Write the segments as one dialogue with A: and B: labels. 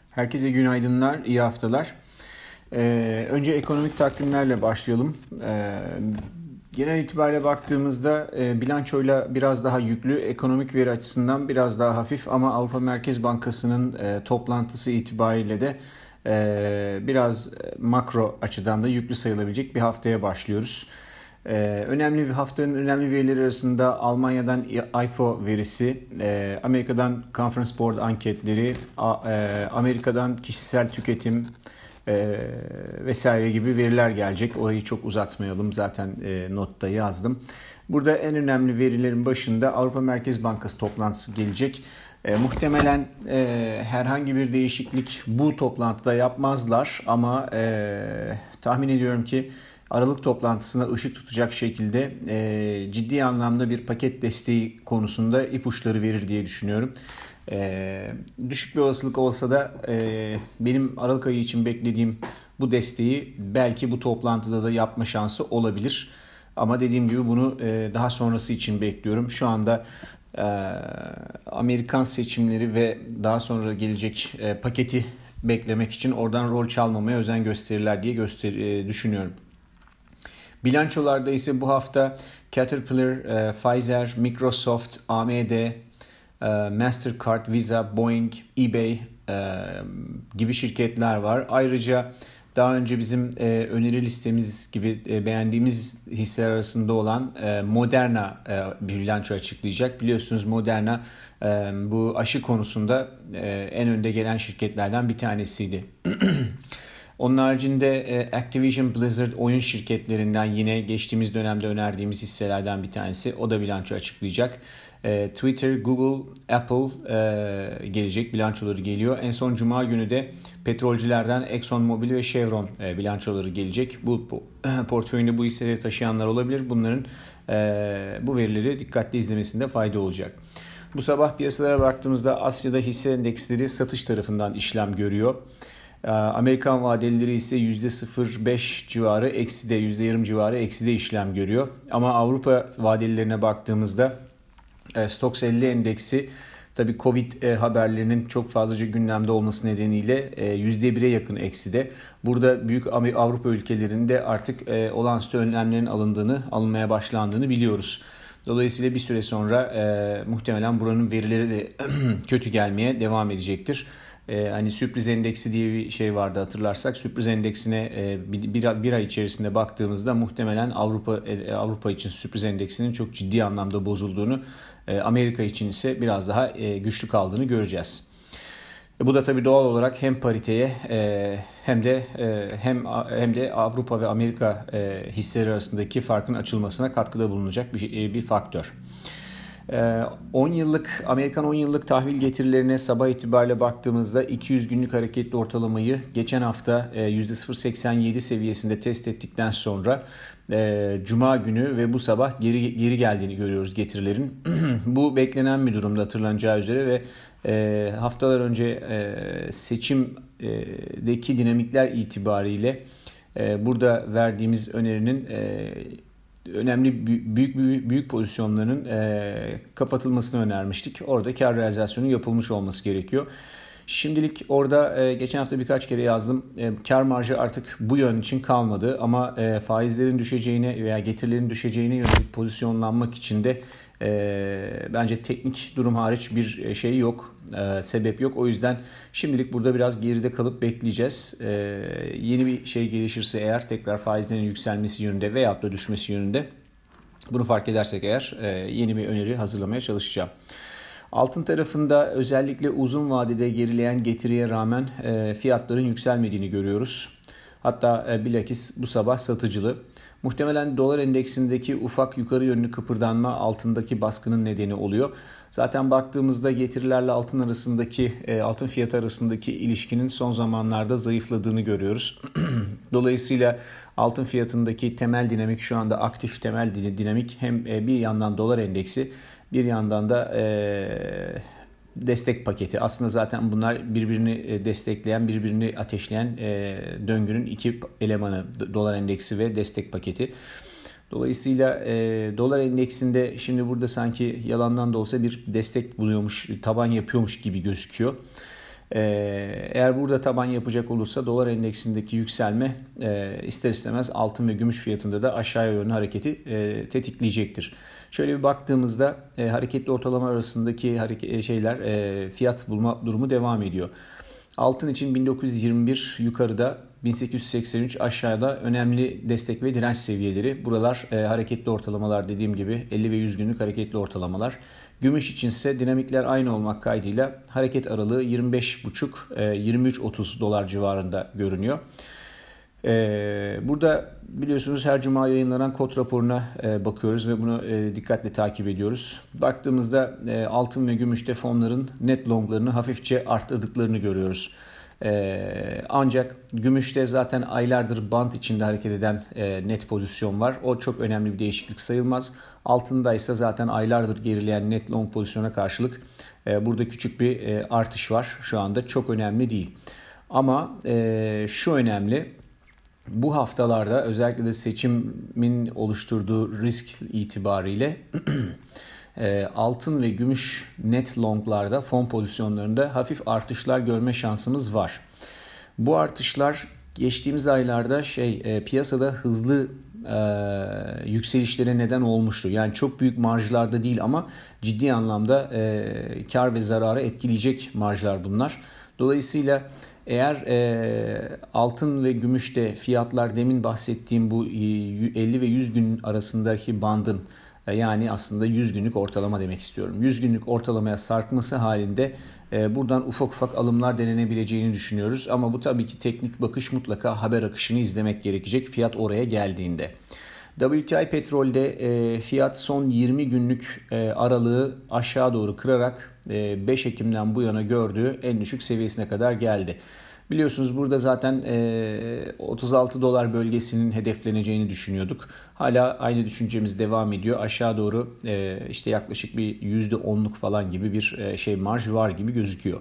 A: Herkese günaydınlar, iyi haftalar. Önce ekonomik takvimlerle başlayalım. Genel itibariyle baktığımızda bilançoyla biraz daha yüklü, ekonomik veri açısından biraz daha hafif ama Avrupa Merkez Bankası'nın toplantısı itibariyle de biraz makro açıdan da yüklü sayılabilecek bir haftaya başlıyoruz. Haftanın önemli verileri arasında Almanya'dan ifo verisi, Amerika'dan Conference Board anketleri, Amerika'dan kişisel tüketim vesaire gibi veriler gelecek. Orayı çok uzatmayalım, zaten notta yazdım. Burada en önemli verilerin başında Avrupa Merkez Bankası toplantısı gelecek. Muhtemelen herhangi bir değişiklik bu toplantıda yapmazlar ama tahmin ediyorum ki Aralık toplantısına ışık tutacak şekilde ciddi anlamda bir paket desteği konusunda ipuçları verir diye düşünüyorum. Düşük bir olasılık olsa da benim Aralık ayı için beklediğim bu desteği belki bu toplantıda da yapma şansı olabilir. Ama dediğim gibi bunu daha sonrası için bekliyorum. Şu anda Amerikan seçimleri ve daha sonra gelecek paketi beklemek için oradan rol çalmamaya özen gösterirler diye düşünüyorum. Bilançolarda ise bu hafta Caterpillar, Pfizer, Microsoft, AMD, Mastercard, Visa, Boeing, eBay gibi şirketler var. Ayrıca daha önce bizim öneri listemiz gibi beğendiğimiz hisseler arasında olan Moderna bir bilanço açıklayacak. Biliyorsunuz Moderna bu aşı konusunda en önde gelen şirketlerden bir tanesiydi. Onun haricinde Activision Blizzard oyun şirketlerinden yine geçtiğimiz dönemde önerdiğimiz hisselerden bir tanesi. O da bilanço açıklayacak. Twitter, Google, Apple gelecek, bilançoları geliyor. En son Cuma günü de petrolcülerden ExxonMobil ve Chevron bilançoları gelecek. Bu portföyünde bu hisseleri taşıyanlar olabilir. Bunların bu verileri dikkatli izlemesinde fayda olacak. Bu sabah piyasalara baktığımızda Asya'da hisse endeksleri satış tarafından işlem görüyor. Amerikan vadelileri ise %0.5 civarı ekside, %20 civarı ekside işlem görüyor. Ama Avrupa vadelilerine baktığımızda Stoxx 50 endeksi tabii Covid haberlerinin çok fazlaca gündemde olması nedeniyle %1'e yakın ekside. Burada büyük Avrupa ülkelerinde artık olağanüstü önlemlerin alınmaya başlandığını biliyoruz. Dolayısıyla bir süre sonra muhtemelen buranın verileri de kötü gelmeye devam edecektir. Hani sürpriz endeksi diye bir şey vardı, hatırlarsak sürpriz endeksine bir ay içerisinde baktığımızda muhtemelen Avrupa için sürpriz endeksinin çok ciddi anlamda bozulduğunu, Amerika için ise biraz daha güçlü kaldığını göreceğiz. Bu da tabii doğal olarak hem pariteye hem de Avrupa ve Amerika hisseleri arasındaki farkın açılmasına katkıda bulunacak bir faktör. Amerikan 10 yıllık tahvil getirilerine sabah itibariyle baktığımızda 200 günlük hareketli ortalamayı geçen hafta %0.87 seviyesinde test ettikten sonra Cuma günü ve bu sabah geri geldiğini görüyoruz getirilerin. Bu beklenen bir durumda, hatırlanacağı üzere, ve haftalar önce seçimdeki dinamikler itibariyle burada verdiğimiz önerinin önemli büyük pozisyonların kapatılmasını önermiştik. Orada kar realizasyonu yapılmış olması gerekiyor. Şimdilik orada geçen hafta birkaç kere yazdım. Kar marjı artık bu yön için kalmadı ama faizlerin düşeceğine veya getirilerin düşeceğine yönelik pozisyonlanmak için de bence teknik durum hariç bir şey yok, sebep yok. O yüzden şimdilik burada biraz geride kalıp bekleyeceğiz. Yeni bir şey gelişirse eğer, tekrar faizlerin yükselmesi yönünde veyahut da düşmesi yönünde, bunu fark edersek eğer yeni bir öneri hazırlamaya çalışacağım. Altın tarafında özellikle uzun vadede gerileyen getiriye rağmen fiyatların yükselmediğini görüyoruz. Hatta bilakis bu sabah satıcılı. Muhtemelen dolar endeksindeki ufak yukarı yönlü kıpırdanma altındaki baskının nedeni oluyor. Zaten baktığımızda getirilerle altın fiyatı arasındaki ilişkinin son zamanlarda zayıfladığını görüyoruz. Dolayısıyla altın fiyatındaki temel dinamik şu anda aktif temel dinamik, hem bir yandan dolar endeksi, bir yandan da destek paketi. Aslında zaten bunlar birbirini destekleyen, birbirini ateşleyen döngünün iki elemanı, dolar endeksi ve destek paketi. Dolayısıyla dolar endeksinde şimdi burada sanki yalandan da olsa bir destek buluyormuş, taban yapıyormuş gibi gözüküyor. Eğer burada taban yapacak olursa dolar endeksindeki yükselme ister istemez altın ve gümüş fiyatında da aşağıya yönlü hareketi tetikleyecektir. Şöyle bir baktığımızda hareketli ortalama arasındaki fiyat bulma durumu devam ediyor. Altın için 1921 yukarıda, 1883 aşağıda önemli destek ve direnç seviyeleri. Buralar hareketli ortalamalar, dediğim gibi 50 ve 100 günlük hareketli ortalamalar. Gümüş içinse dinamikler aynı olmak kaydıyla hareket aralığı 25,5-23,30 dolar civarında görünüyor. Burada biliyorsunuz her cuma yayınlanan kod raporuna bakıyoruz ve bunu dikkatle takip ediyoruz. Baktığımızda altın ve gümüşte fonların net longlarını hafifçe arttırdıklarını görüyoruz. Ancak gümüşte zaten aylardır bant içinde hareket eden net pozisyon var. O çok önemli bir değişiklik sayılmaz. Altında ise zaten aylardır gerileyen net long pozisyona karşılık burada küçük bir artış var. Şu anda çok önemli değil. Ama şu önemli. Bu haftalarda özellikle de seçimin oluşturduğu risk itibariyle altın ve gümüş net longlarda, fon pozisyonlarında hafif artışlar görme şansımız var. Bu artışlar geçtiğimiz aylarda piyasada hızlı yükselişlere neden olmuştu. Yani çok büyük marjlarda değil ama ciddi anlamda kar ve zararı etkileyecek marjlar bunlar. Dolayısıyla eğer altın ve gümüşte fiyatlar demin bahsettiğim bu 50 ve 100 gün arasındaki bandın, yani aslında 100 günlük ortalama demek istiyorum, 100 günlük ortalamaya sarkması halinde buradan ufak ufak alımlar denenebileceğini düşünüyoruz. Ama bu tabii ki teknik bakış, mutlaka haber akışını izlemek gerekecek fiyat oraya geldiğinde. WTI petrolde fiyat son 20 günlük aralığı aşağı doğru kırarak 5 Ekim'den bu yana gördüğü en düşük seviyesine kadar geldi. Biliyorsunuz burada zaten 36 dolar bölgesinin hedefleneceğini düşünüyorduk. Hala aynı düşüncemiz devam ediyor. Aşağı doğru işte yaklaşık bir %10'luk falan gibi bir marj var gibi gözüküyor.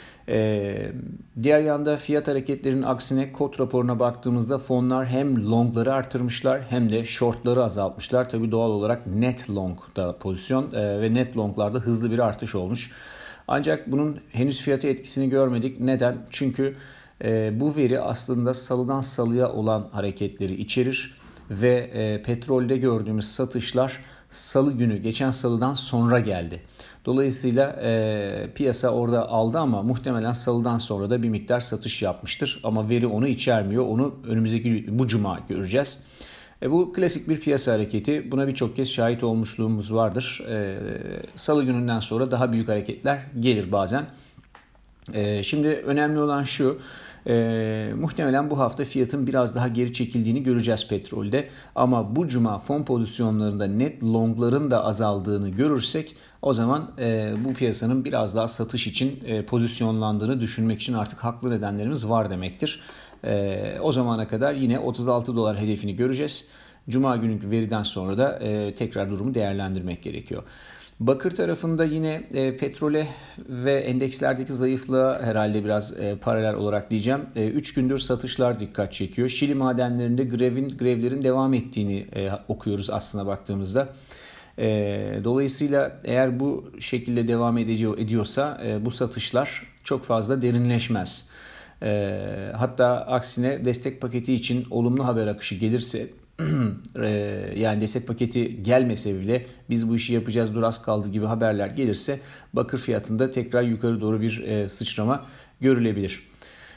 A: Diğer yanda fiyat hareketlerinin aksine kod raporuna baktığımızda fonlar hem longları artırmışlar hem de shortları azaltmışlar. Tabii doğal olarak net longda pozisyon ve net longlarda hızlı bir artış olmuş. Ancak bunun henüz fiyata etkisini görmedik. Neden? Çünkü bu veri aslında salıdan salıya olan hareketleri içerir ve petrolde gördüğümüz satışlar salı günü, geçen salıdan sonra geldi. Dolayısıyla piyasa orada aldı ama muhtemelen salıdan sonra da bir miktar satış yapmıştır. Ama veri onu içermiyor. Onu önümüzdeki bu cuma göreceğiz. Bu klasik bir piyasa hareketi. Buna birçok kez şahit olmuşluğumuz vardır. Salı gününden sonra daha büyük hareketler gelir bazen. Şimdi önemli olan şu. Muhtemelen bu hafta fiyatın biraz daha geri çekildiğini göreceğiz petrolde. Ama bu cuma fon pozisyonlarında net longların da azaldığını görürsek o zaman bu piyasanın biraz daha satış için pozisyonlandığını düşünmek için artık haklı nedenlerimiz var demektir. O zamana kadar yine 36 dolar hedefini göreceğiz. Cuma günü veriden sonra da tekrar durumu değerlendirmek gerekiyor. Bakır tarafında yine petrole ve endekslerdeki zayıflığa herhalde biraz paralel olarak diyeceğim. 3 gündür satışlar dikkat çekiyor. Şili madenlerinde grevlerin devam ettiğini okuyoruz aslına baktığımızda. Dolayısıyla eğer bu şekilde devam ediyorsa bu satışlar çok fazla derinleşmez. Hatta aksine destek paketi için olumlu haber akışı gelirse, yani destek paketi gelmese bile biz bu işi yapacağız, dur az kaldı gibi haberler gelirse bakır fiyatında tekrar yukarı doğru bir sıçrama görülebilir.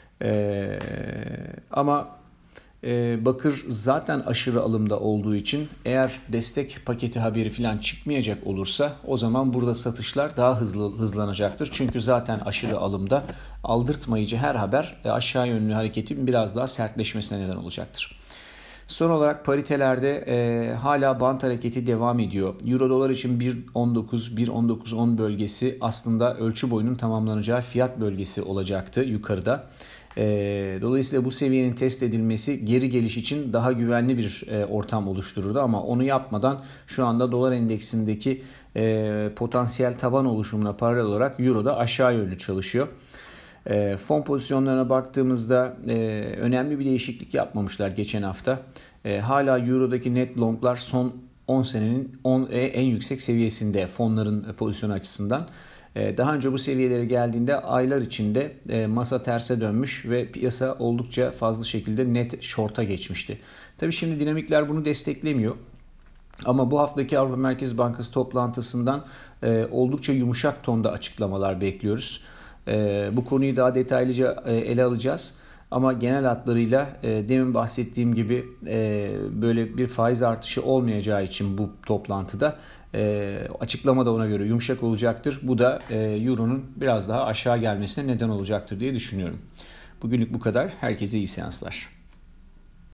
A: Ama bakır zaten aşırı alımda olduğu için eğer destek paketi haberi falan çıkmayacak olursa o zaman burada satışlar daha hızlanacaktır. Çünkü zaten aşırı alımda, aldırtmayıcı her haber aşağı yönlü hareketin biraz daha sertleşmesine neden olacaktır. Son olarak paritelerde hala bant hareketi devam ediyor. Euro dolar için 1.19-1.19.10 bölgesi aslında ölçü boyunun tamamlanacağı fiyat bölgesi olacaktı yukarıda. Dolayısıyla bu seviyenin test edilmesi geri geliş için daha güvenli bir ortam oluştururdu. Ama onu yapmadan şu anda dolar endeksindeki potansiyel taban oluşumuna paralel olarak euro da aşağı yönlü çalışıyor. Fon pozisyonlarına baktığımızda önemli bir değişiklik yapmamışlar geçen hafta. Hala Euro'daki net longlar son 10 senenin en yüksek seviyesinde fonların pozisyonu açısından. Daha önce bu seviyelere geldiğinde aylar içinde masa terse dönmüş ve piyasa oldukça fazla şekilde net short'a geçmişti. Tabii şimdi dinamikler bunu desteklemiyor. Ama bu haftaki Avrupa Merkez Bankası toplantısından oldukça yumuşak tonda açıklamalar bekliyoruz. Bu konuyu daha detaylıca ele alacağız. Ama genel hatlarıyla demin bahsettiğim gibi böyle bir faiz artışı olmayacağı için bu toplantıda açıklama da ona göre yumuşak olacaktır. Bu da Euro'nun biraz daha aşağı gelmesine neden olacaktır diye düşünüyorum. Bugünlük bu kadar. Herkese iyi seanslar.